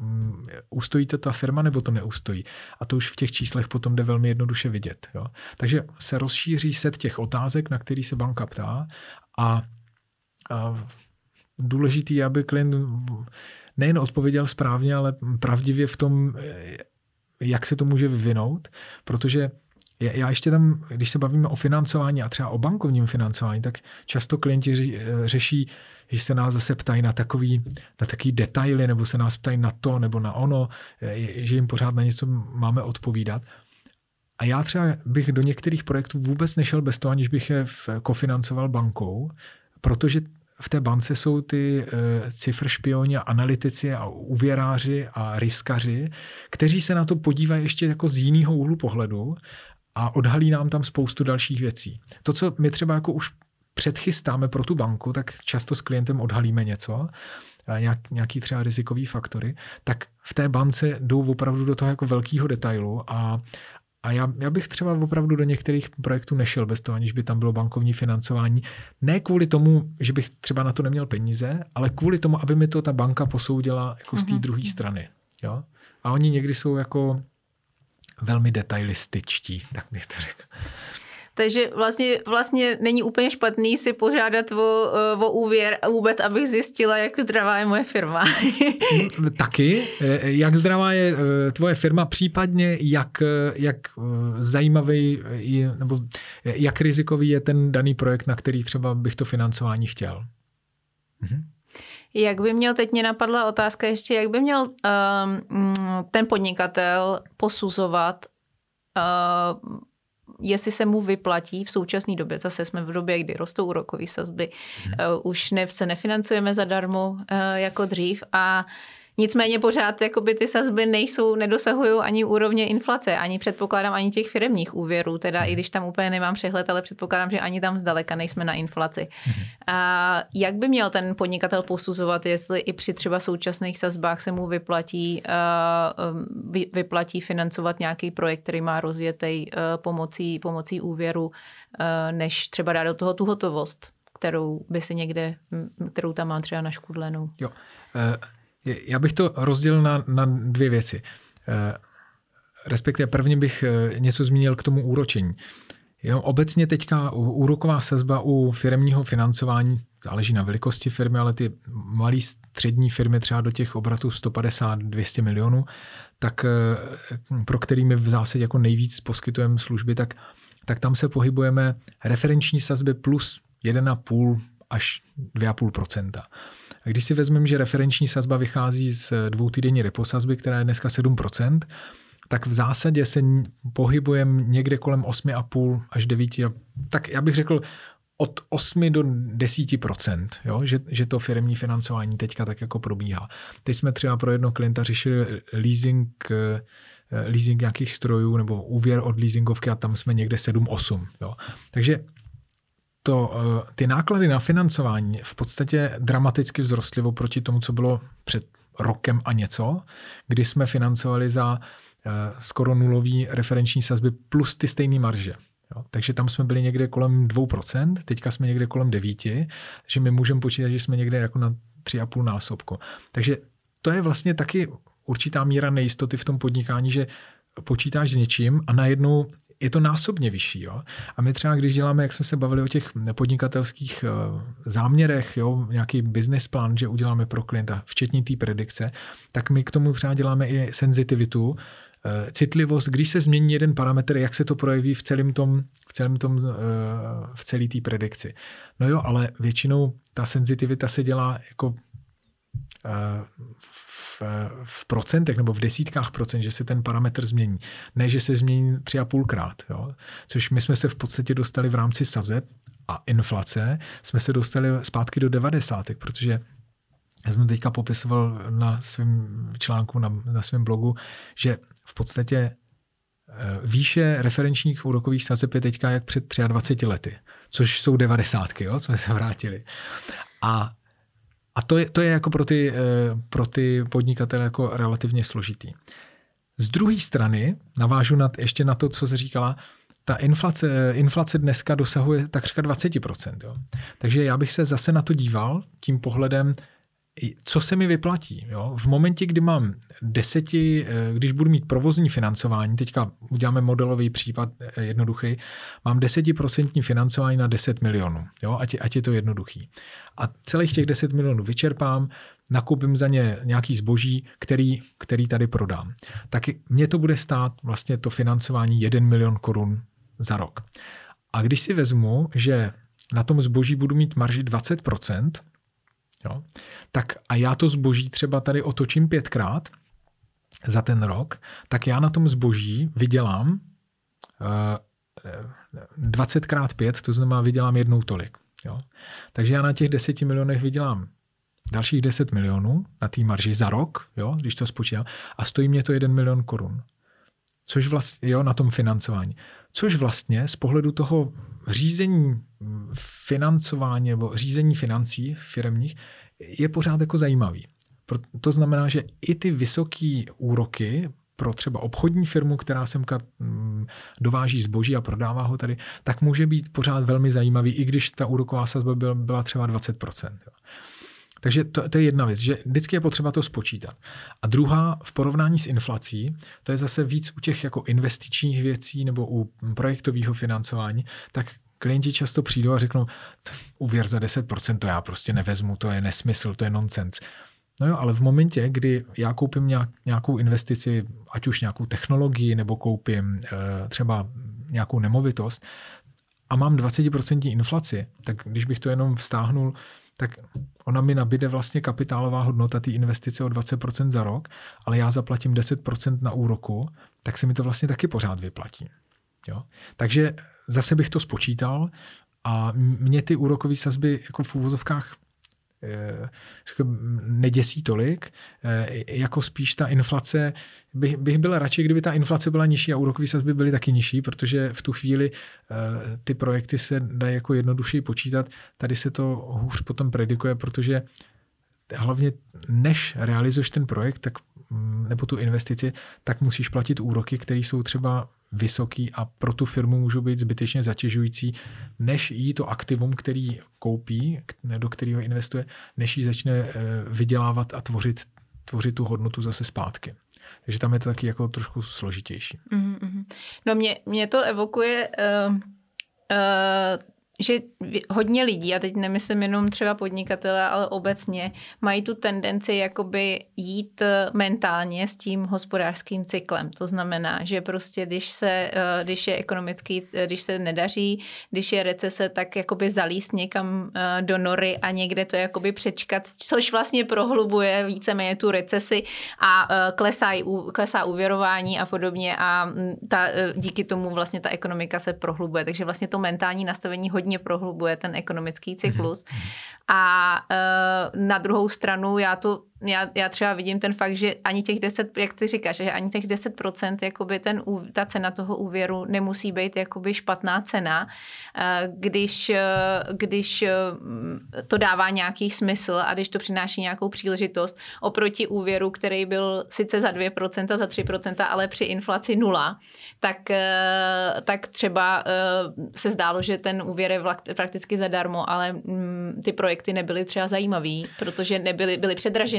Speaker 2: Ustojí to ta firma, nebo to neustojí? A to už v těch číslech potom jde velmi jednoduše vidět. Jo? Takže se rozšíří set těch otázek, na který se banka ptá a, a důležitý je, aby klient nejen odpověděl správně, ale pravdivě v tom, jak se to může vyvinout, protože já ještě tam, když se bavíme o financování a třeba o bankovním financování, tak často klienti řeší, že se nás zase ptají na takový, na takový detaily, nebo se nás ptají na to, nebo na ono, že jim pořád na něco máme odpovídat. A já třeba bych do některých projektů vůbec nešel bez toho, aniž bych je kofinancoval bankou, protože v té bance jsou ty e, cifr špioni a analytici a úvěráři a riskaři, kteří se na to podívají ještě jako z jiného úhlu pohledu a odhalí nám tam spoustu dalších věcí. To, co my třeba jako už předchystáme pro tu banku, tak často s klientem odhalíme něco, nějak, nějaký třeba rizikový faktory, tak v té bance jdou opravdu do toho jako velkého detailu a, a já, já bych třeba opravdu do některých projektů nešel bez toho, aniž by tam bylo bankovní financování. Ne kvůli tomu, že bych třeba na to neměl peníze, ale kvůli tomu, aby mi to ta banka posoudila jako z té mm-hmm. druhé strany. Jo? A oni někdy jsou jako velmi detailističtí, tak bych to řekl.
Speaker 1: Takže vlastně, vlastně není úplně špatný si požádat o, o úvěr a vůbec, abych zjistila, jak zdravá je moje firma.
Speaker 2: Taky. Jak zdravá je tvoje firma, případně jak, jak zajímavý je, nebo jak rizikový je ten daný projekt, na který třeba bych to financování chtěl. Mhm.
Speaker 1: Jak by měl, teď mě napadla otázka ještě, jak by měl um, ten podnikatel posuzovat, uh, jestli se mu vyplatí v současné době, zase jsme v době, kdy rostou úrokové sazby, hmm. uh, už ne, se nefinancujeme zadarmo uh, jako dřív a nicméně pořád jakoby ty sazby nejsou, nedosahují ani úrovně inflace, ani předpokládám ani těch firemních úvěrů, teda i když tam úplně nemám přehled, ale předpokládám, že ani tam zdaleka nejsme na inflaci. Mm-hmm. A jak by měl ten podnikatel posuzovat, jestli i při třeba současných sazbách se mu vyplatí, uh, vy, vyplatí financovat nějaký projekt, který má rozjetý uh, pomocí, pomocí úvěru, uh, než třeba dát do toho tu hotovost, kterou by si někde, kterou tam má třeba naškudlenou.
Speaker 2: Jo, uh... Já bych to rozdělil na, na dvě věci. Respektive prvně bych něco zmínil k tomu úročení. Jo, obecně teďka úroková sazba u firemního financování záleží na velikosti firmy, ale ty malé střední firmy třeba do těch obratů sto padesát až dvě stě milionů, tak pro který my v zásadě jako nejvíc poskytujeme služby, tak, tak tam se pohybujeme referenční sazby plus jedna celá pět až dvě celá pět procenta. A když si vezmeme, že referenční sazba vychází z dvoutýdenní repo sazby, která je dneska sedm procent, tak v zásadě se pohybujeme někde kolem osm celá pět až devět, tak já bych řekl od osm do deset procent, jo? Že, že to firemní financování teďka tak jako probíhá. Teď jsme třeba pro jednoho klienta řešili leasing, leasing nějakých strojů nebo úvěr od leasingovky a tam jsme někde sedm osm. Jo? Takže To, ty náklady na financování v podstatě dramaticky vzrostly oproti tomu, co bylo před rokem a něco, kdy jsme financovali za skoro nulový referenční sazby plus ty stejné marže. Jo, takže tam jsme byli někde kolem dvě procenta, teďka jsme někde kolem devět, takže my můžeme počítat, že jsme někde jako na tři celá pět násobku. Takže to je vlastně taky určitá míra nejistoty v tom podnikání, že počítáš s něčím a najednou je to násobně vyšší. Jo? A my třeba, když děláme, jak jsme se bavili o těch podnikatelských záměrech, jo, nějaký business plán, že uděláme pro klienta, včetně té predikce, tak my k tomu třeba děláme i senzitivitu, citlivost, když se změní jeden parametr, jak se to projeví v celém tom, v celém tom, v celé té predikci. No jo, ale většinou ta senzitivita se dělá jako v, v procentech nebo v desítkách procent, že se ten parametr změní. Ne, že se změní tři a půlkrát. Jo? Což my jsme se v podstatě dostali v rámci sazeb a inflace, jsme se dostali zpátky do devadesátek, protože já jsem teďka popisoval na svém článku, na, na svém blogu, že v podstatě výše referenčních úrokových sazeb je teďka jak před dvaceti třemi lety, což jsou devadesátky, jo, jsme se vrátili. A, a to, je, to je jako pro ty, pro ty podnikatele jako relativně složitý. Z druhé strany navážu nad, ještě na to, co jsi říkala, ta inflace, inflace dneska dosahuje takřka dvacet procent. Jo. Takže já bych se zase na to díval tím pohledem, co se mi vyplatí. Jo? V momentě, kdy mám deseti, když budu mít provozní financování, teďka uděláme modelový případ jednoduchý, mám desetiprocentní financování na deset milionů, jo? Ať, ať je to jednoduchý. A celých těch deset milionů vyčerpám, nakoupím za ně nějaký zboží, který, který tady prodám. Tak mě to bude stát vlastně to financování jeden milion korun za rok. A když si vezmu, že na tom zboží budu mít marži dvacet procent, jo, tak a já to zboží třeba tady otočím pětkrát za ten rok, tak já na tom zboží vydělám uh, dvacet krát pět, to znamená vydělám jednou tolik. Jo. Takže já na těch deseti milionech vydělám dalších deset milionů na té marži za rok, jo, když to spočítám, a stojí mě to jeden milion korun. Což vlastně, jo, na tom financování. Což vlastně z pohledu toho řízení financování nebo řízení financí firemních je pořád jako zajímavý. To znamená, že i ty vysoké úroky pro třeba obchodní firmu, která semka dováží zboží a prodává ho tady, tak může být pořád velmi zajímavý, i když ta úroková sazba byla třeba dvacet procent. Takže to, to je jedna věc, že vždycky je potřeba to spočítat. A druhá, v porovnání s inflací, to je zase víc u těch jako investičních věcí nebo u projektového financování, tak klienti často přijdou a řeknou, úvěr za deset procent to já prostě nevezmu, to je nesmysl, to je nonsens. No jo, ale v momentě, kdy já koupím nějak, nějakou investici, ať už nějakou technologii, nebo koupím e, třeba nějakou nemovitost a mám dvacet procent inflaci, tak když bych to jenom vztáhnul, tak ona mi nabíde vlastně kapitálová hodnota té investice o dvacet procent za rok, ale já zaplatím deset procent na úroku, tak se mi to vlastně taky pořád vyplatí. Jo? Takže zase bych to spočítal a mě ty úrokové sazby jako v úvozovkách neděsí tolik, jako spíš ta inflace, bych, bych byl radši, kdyby ta inflace byla nižší a úrokové sazby byly taky nižší, protože v tu chvíli ty projekty se dají jako jednodušeji počítat, tady se to hůř potom predikuje, protože hlavně než realizuješ ten projekt, tak, nebo tu investici, tak musíš platit úroky, které jsou třeba vysoký a pro tu firmu můžou být zbytečně zatěžující, než jí to aktivum, který koupí, do kterého investuje, než jí začne vydělávat a tvořit, tvořit tu hodnotu zase zpátky. Takže tam je to taky jako trošku složitější.
Speaker 1: Mm-hmm. No mě, mě to evokuje uh, uh, že hodně lidí, a teď nemyslím jenom třeba podnikatele, ale obecně, mají tu tendenci jakoby jít mentálně s tím hospodářským cyklem. To znamená, že prostě když se, když je ekonomický, když se nedaří, když je recese, tak jakoby zalíst někam do nory a někde to jakoby přečkat, což vlastně prohlubuje víceméně tu recesi a klesá, klesá úvěrování a podobně a ta, díky tomu vlastně ta ekonomika se prohlubuje. Takže vlastně to mentální nastavení hodně prohlubuje ten ekonomický cyklus. A uh, na druhou stranu já to Já, já třeba vidím ten fakt, že ani těch deset, jak ty říkáš, že ani těch deset procent jakoby ten, ta cena toho úvěru nemusí být jakoby špatná cena, když, když to dává nějaký smysl a když to přináší nějakou příležitost oproti úvěru, který byl sice za dvě procenta, za tři procenta, ale při inflaci nula, tak, tak třeba se zdálo, že ten úvěr je prakticky zadarmo, ale ty projekty nebyly třeba zajímavý, protože nebyly, byly předražený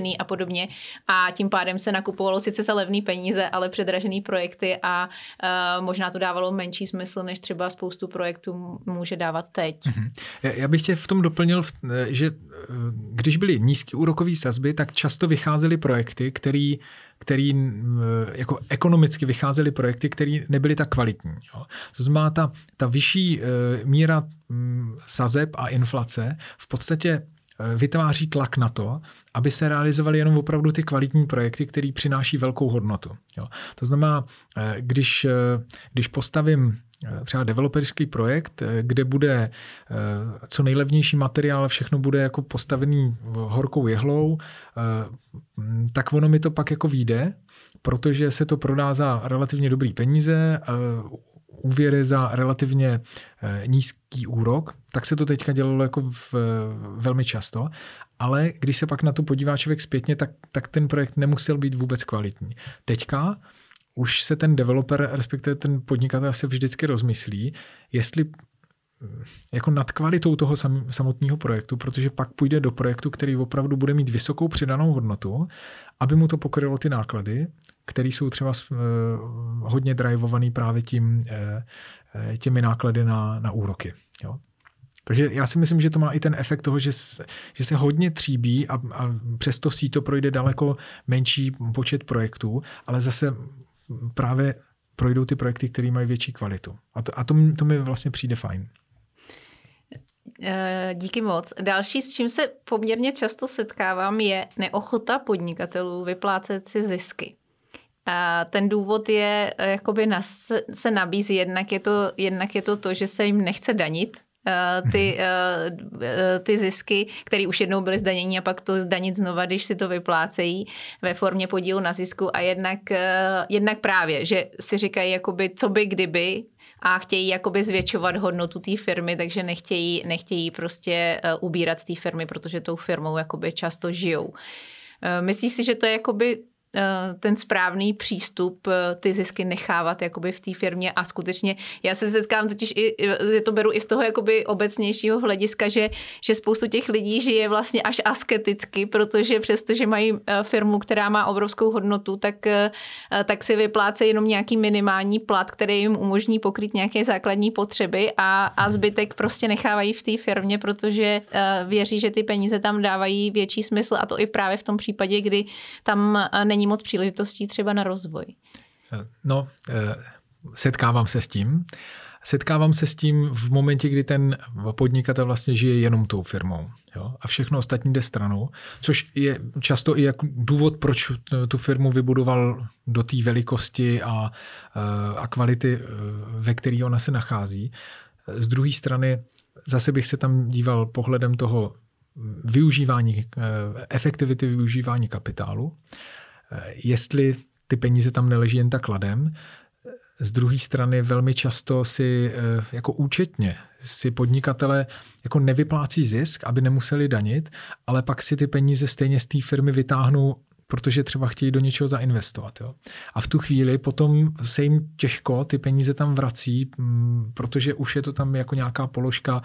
Speaker 1: předražený a podobně a tím pádem se nakupovalo sice za levný peníze, ale předražený projekty a uh, možná to dávalo menší smysl, než třeba spoustu projektů může dávat teď.
Speaker 2: Mm-hmm. Já bych tě v tom doplnil, že když byly nízké úrokové sazby, tak často vycházely projekty, který, který jako ekonomicky vycházely projekty, které nebyly tak kvalitní. Jo. To znamená, ta, ta vyšší míra sazeb a inflace v podstatě vytváří tlak na to, aby se realizovaly jenom opravdu ty kvalitní projekty, které přináší velkou hodnotu. Jo. To znamená, když, když postavím třeba developerský projekt, kde bude co nejlevnější materiál, všechno bude jako postavený horkou jehlou, tak ono mi to pak jako vyjde, protože se to prodá za relativně dobrý peníze, úvěry za relativně nízký úrok, tak se to teďka dělalo jako v, velmi často, ale když se pak na to podívá člověk zpětně, tak, tak ten projekt nemusel být vůbec kvalitní. Teďka už se ten developer, respektive ten podnikatel se vždycky rozmyslí, jestli jako nad kvalitou toho sam, samotného projektu, protože pak půjde do projektu, který opravdu bude mít vysokou přidanou hodnotu, aby mu to pokrylo ty náklady, které jsou třeba uh, hodně drivovaný právě tím, uh, těmi náklady na, na úroky. Jo? Takže já si myslím, že to má i ten efekt toho, že se, že se hodně tříbí a, a přesto síto projde daleko menší počet projektů, ale zase právě projdou ty projekty, které mají větší kvalitu. A to, a to, to mi vlastně přijde fajn.
Speaker 1: Díky moc. Další, s čím se poměrně často setkávám, je neochota podnikatelů vyplácet si zisky. A ten důvod je, jakoby nas, se nabízí, jednak je, to, jednak je to to, že se jim nechce danit ty, ty zisky, které už jednou byly zdanění a pak to zdanit znova, když si to vyplácejí ve formě podílu na zisku a jednak, jednak právě, že si říkají, jakoby, co by kdyby a chtějí jakoby zvětšovat hodnotu té firmy, takže nechtějí, nechtějí prostě ubírat z té firmy, protože tou firmou jakoby často žijou. Myslíš si, že to je jakoby ten správný přístup ty zisky nechávat jakoby v té firmě a skutečně já se setkám totiž i, že to beru i z toho jakoby obecnějšího hlediska, že, že spoustu těch lidí žije vlastně až asketicky, protože přestože mají firmu, která má obrovskou hodnotu, tak, tak si vyplácejí jenom nějaký minimální plat, který jim umožní pokrýt nějaké základní potřeby a, a zbytek prostě nechávají v té firmě, protože věří, že ty peníze tam dávají větší smysl a to i právě v tom případě, kdy tam není moc příležitostí třeba na rozvoj.
Speaker 2: No, setkávám se s tím. Setkávám se s tím v momentě, kdy ten podnikatel vlastně žije jenom tou firmou. Jo? A všechno ostatní jde stranou, což je často i jako důvod, proč tu firmu vybudoval do té velikosti a, a kvality, ve které ona se nachází. Z druhé strany zase bych se tam díval pohledem toho využívání, efektivity využívání kapitálu. Jestli ty peníze tam neleží jen tak ladem. Z druhé strany velmi často si jako účetně si podnikatele jako nevyplácí zisk, aby nemuseli danit, ale pak si ty peníze stejně z té firmy vytáhnou, protože třeba chtějí do něčeho zainvestovat. Jo. A v tu chvíli potom se jim těžko ty peníze tam vrací, protože už je to tam jako nějaká položka,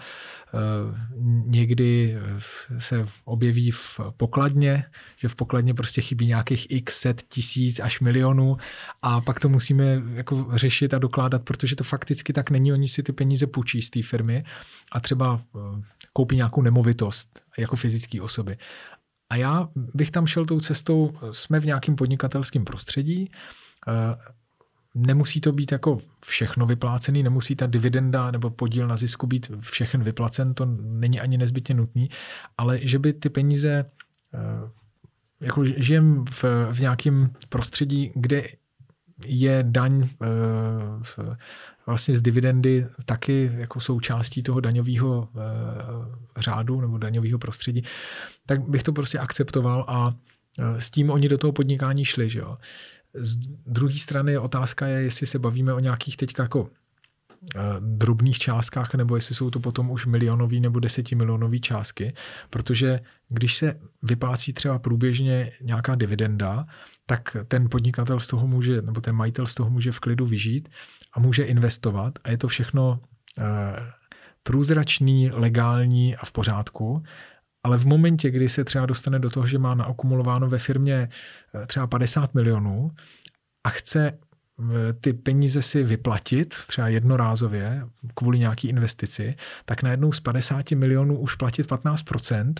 Speaker 2: někdy se objeví v pokladně, že v pokladně prostě chybí nějakých x set tisíc až milionů a pak to musíme jako řešit a dokládat, protože to fakticky tak není, oni si ty peníze půjčí z té firmy a třeba koupí nějakou nemovitost jako fyzické osoby. A já bych tam šel tou cestou, jsme v nějakém podnikatelském prostředí, nemusí to být jako všechno vyplácený, nemusí ta dividenda nebo podíl na zisku být všechen vyplacen, to není ani nezbytně nutný, ale že by ty peníze, jako žijem v, v nějakém prostředí, kde je daň vlastně z dividendy taky jako součástí toho daňového řádu nebo daňového prostředí, tak bych to prostě akceptoval a s tím oni do toho podnikání šli. Že jo. Z druhé strany otázka je, jestli se bavíme o nějakých teďka jako drobných částkách, nebo jestli jsou to potom už milionový nebo desetimilionový částky, protože když se vyplácí třeba průběžně nějaká dividenda, tak ten podnikatel z toho může, nebo ten majitel z toho může v klidu vyžít a může investovat a je to všechno průzračný, legální a v pořádku, ale v momentě, kdy se třeba dostane do toho, že má naakumulováno ve firmě třeba padesát milionů a chce ty peníze si vyplatit, třeba jednorázově, kvůli nějaký investici, tak najednou z padesáti milionů už platit patnáct procent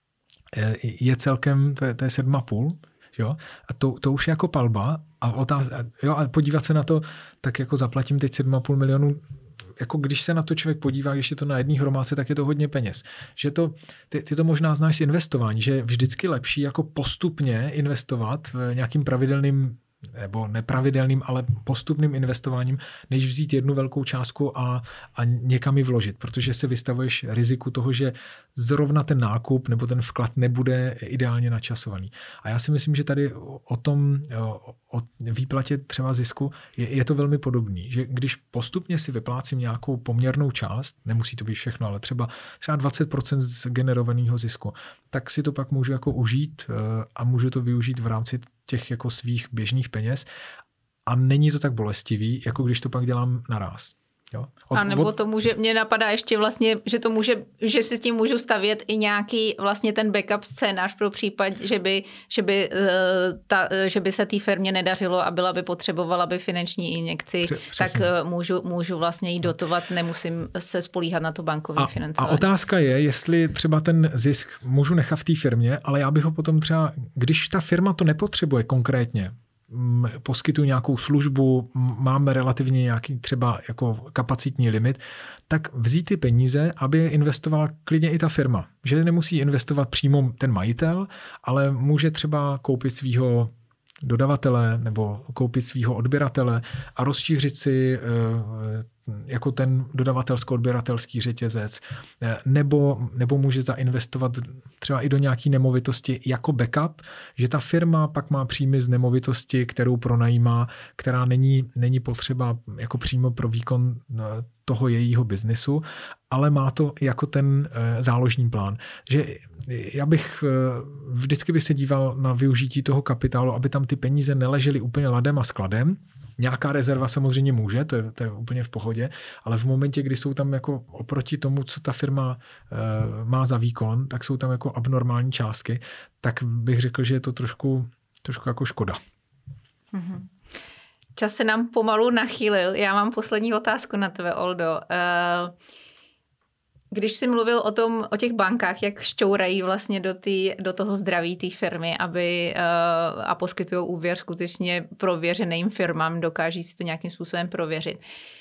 Speaker 2: je celkem, to je, to je sedm a půl. Jo? A to, to už je jako palba a, otáz, jo, a podívat se na to, tak jako zaplatím teď sedm a půl milionů, jako když se na to člověk podívá, když je to na jedné hromádce, tak je to hodně peněz. Že to, ty, ty to možná znáš z investování, že je vždycky lepší jako postupně investovat v nějakým pravidelným nebo nepravidelným, ale postupným investováním, než vzít jednu velkou částku a, a někam ji vložit, protože se vystavuješ riziku toho, že zrovna ten nákup nebo ten vklad nebude ideálně načasovaný. A já si myslím, že tady o tom, o výplatě třeba zisku je, je to velmi podobný, že když postupně si vyplácím nějakou poměrnou část, nemusí to být všechno, ale třeba, třeba dvacet procent z generovaného zisku, tak si to pak můžu jako užít a můžu to využít v rámci těch jako svých běžných peněz a není to tak bolestivý, jako když to pak dělám naráz. Jo? Od,
Speaker 1: a nebo
Speaker 2: od...
Speaker 1: to může, mě napadá ještě vlastně, že to může, že si s tím můžu stavět i nějaký vlastně ten backup scénář pro případ, že by, že by, ta, že by se té firmě nedařilo a byla by potřebovala by finanční injekci, Přesně. tak můžu, můžu vlastně jí dotovat, nemusím se spolíhat na to bankovní financování.
Speaker 2: A otázka je, jestli třeba ten zisk můžu nechat v té firmě, ale já bych ho potom třeba, když ta firma to nepotřebuje konkrétně, poskytuju nějakou službu, máme relativně nějaký třeba jako kapacitní limit, tak vzít ty peníze, aby je investovala klidně i ta firma. Že nemusí investovat přímo ten majitel, ale může třeba koupit svýho dodavatele nebo koupit svýho odběratele a rozšířit si jako ten dodavatelsko-odběratelský řetězec, nebo, nebo může zainvestovat třeba i do nějaký nemovitosti jako backup, že ta firma pak má příjmy z nemovitosti, kterou pronajímá, která není, není potřeba jako přímo pro výkon toho jejího biznesu, ale má to jako ten záložní plán. Že já bych vždycky by se díval na využití toho kapitálu, aby tam ty peníze neležely úplně ladem a skladem. Nějaká rezerva samozřejmě může, to je, to je úplně v pohodě, ale v momentě, kdy jsou tam jako oproti tomu, co ta firma e, má za výkon, tak jsou tam jako abnormální částky, tak bych řekl, že je to trošku, trošku jako škoda.
Speaker 1: Mm-hmm. Čas se nám pomalu nachýlil. Já mám poslední otázku na tebe, Oldo. E, Když jsi mluvil o tom, o těch bankách, jak šťourají vlastně do, tý, do toho zdraví té firmy, aby uh, a poskytují úvěr skutečně prověřeným firmám, dokáží si to nějakým způsobem prověřit.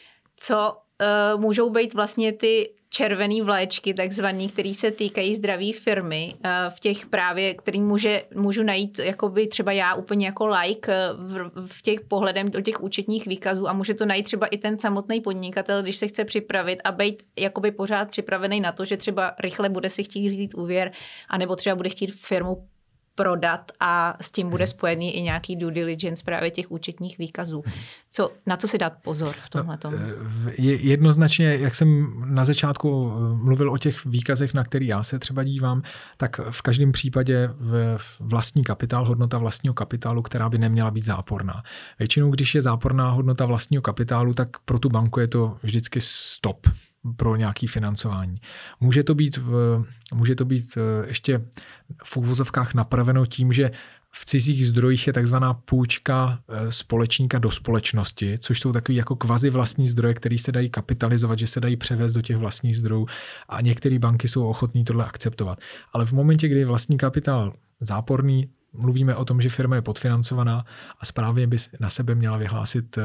Speaker 1: Co uh, můžou být vlastně ty červený vlaječky, takzvaný, který se týkají zdraví firmy, uh, v těch právě, který může, můžu najít jakoby třeba já úplně jako like v, v těch pohledem do těch účetních výkazů a může to najít třeba i ten samotný podnikatel, když se chce připravit a být jakoby pořád připravený na to, že třeba rychle bude si chtít říct úvěr, anebo třeba bude chtít firmu prodat a s tím bude spojený i nějaký due diligence právě těch účetních výkazů. Co, na co si dát pozor v tomhletom?
Speaker 2: No, je jednoznačně, jak jsem na začátku mluvil o těch výkazech, na který já se třeba dívám, tak v každém případě vlastní kapitál, hodnota vlastního kapitálu, která by neměla být záporná. Většinou, když je záporná hodnota vlastního kapitálu, tak pro tu banku je to vždycky stop pro nějaké financování. Může to být, může to být ještě v uvozovkách napraveno tím, že v cizích zdrojích je takzvaná půjčka společníka do společnosti, což jsou takový jako kvazi vlastní zdroje, které se dají kapitalizovat, že se dají převést do těch vlastních zdrojů a některé banky jsou ochotní tohle akceptovat. Ale v momentě, kdy je vlastní kapitál záporný, mluvíme o tom, že firma je podfinancovaná a správně by na sebe měla vyhlásit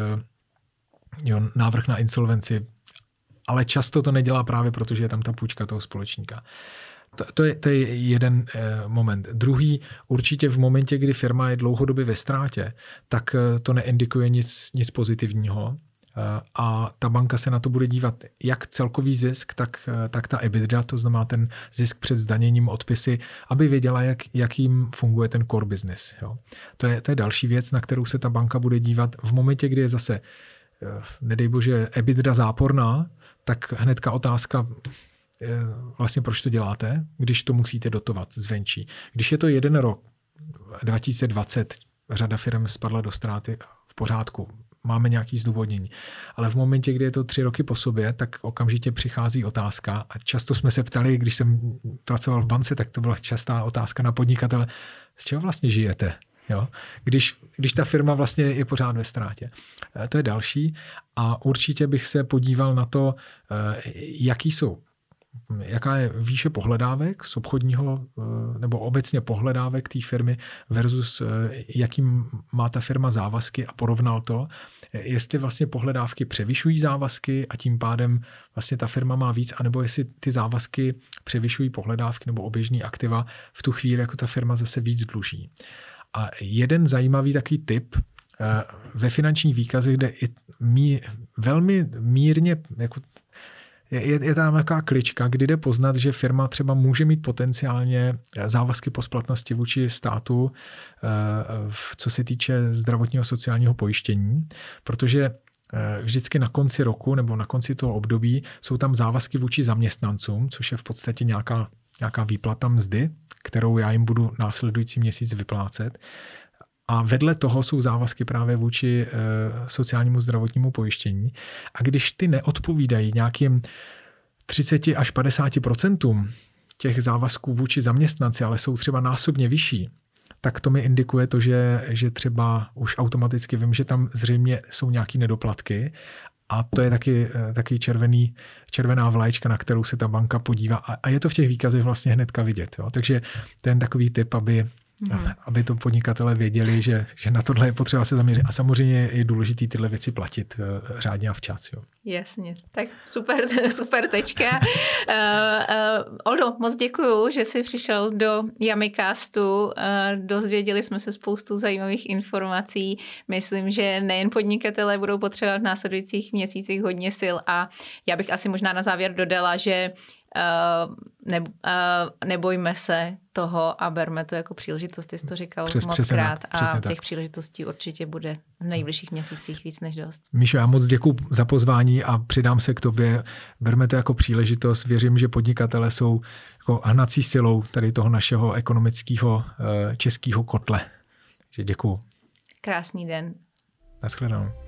Speaker 2: jo, návrh na insolvenci, ale často to nedělá právě proto, že je tam ta půjčka toho společníka. To, to, je, to je jeden eh, moment. Druhý, určitě v momentě, kdy firma je dlouhodobě ve ztrátě, tak eh, to neindikuje nic, nic pozitivního eh, a ta banka se na to bude dívat jak celkový zisk, tak, eh, tak ta EBITDA, to znamená ten zisk před zdaněním, odpisy, aby věděla, jak, jak jim funguje ten core business. Jo. To, je, to je další věc, na kterou se ta banka bude dívat v momentě, kdy je zase nedej bože EBITDA záporná, tak hnedka otázka, vlastně proč to děláte, když to musíte dotovat zvenčí. Když je to jeden rok, dva tisíce dvacet, řada firm spadla do ztráty, v pořádku, máme nějaký zdůvodnění. Ale v momentě, kdy je to tři roky po sobě, tak okamžitě přichází otázka a často jsme se ptali, když jsem pracoval v bance, tak to byla častá otázka na podnikatele, z čeho vlastně žijete? Jo? Když, když ta firma vlastně je pořád ve ztrátě. To je další a určitě bych se podíval na to, jaký jsou jaká je výše pohledávek z obchodního nebo obecně pohledávek té firmy versus jakým má ta firma závazky a porovnal to, jestli vlastně pohledávky převyšují závazky a tím pádem vlastně ta firma má víc, anebo jestli ty závazky převyšují pohledávky nebo oběžný aktiva v tu chvíli, jako ta firma zase víc dluží. A jeden zajímavý takový tip ve finančních výkazech, kde i mí, velmi mírně jako Je, je tam nějaká klička, kdy jde poznat, že firma třeba může mít potenciálně závazky po splatnosti vůči státu, co se týče zdravotního sociálního pojištění, protože vždycky na konci roku nebo na konci toho období jsou tam závazky vůči zaměstnancům, což je v podstatě nějaká, nějaká výplata mzdy, kterou já jim budu následující měsíc vyplácet. A vedle toho jsou závazky právě vůči e, sociálnímu zdravotnímu pojištění. A když ty neodpovídají nějakým třicet až padesát procentům těch závazků vůči zaměstnanci, ale jsou třeba násobně vyšší, tak to mi indikuje to, že, že třeba už automaticky vím, že tam zřejmě jsou nějaké nedoplatky. A to je taky, taky červený, červená vlaječka, na kterou se ta banka podívá. A, a je to v těch výkazech vlastně hnedka vidět. Jo? Takže ten takový tip, aby Hmm. aby to podnikatelé věděli, že, že na tohle je potřeba se zaměřit. A samozřejmě je důležité tyhle věci platit uh, řádně a včas. Jo.
Speaker 1: Jasně, tak super, super tečka. uh, uh, Oldo, moc děkuju, že jsi přišel do Yummicastu. Uh, dozvěděli jsme se spoustu zajímavých informací. Myslím, že nejen podnikatelé budou potřebovat v následujících měsících hodně sil a já bych asi možná na závěr dodala, že Uh, ne, uh, nebojme se toho a berme to jako příležitost, ty jsi to říkal
Speaker 2: Přes,
Speaker 1: moc krát a
Speaker 2: těch
Speaker 1: tak. Příležitostí určitě bude v nejbližších měsících víc než dost.
Speaker 2: Míšo, já moc děkuju za pozvání a přidám se k tobě. Berme to jako příležitost. Věřím, že podnikatelé jsou jako hnací silou tady toho našeho ekonomického českého kotle. Takže děkuju.
Speaker 1: Krásný den.
Speaker 2: Naschledanou.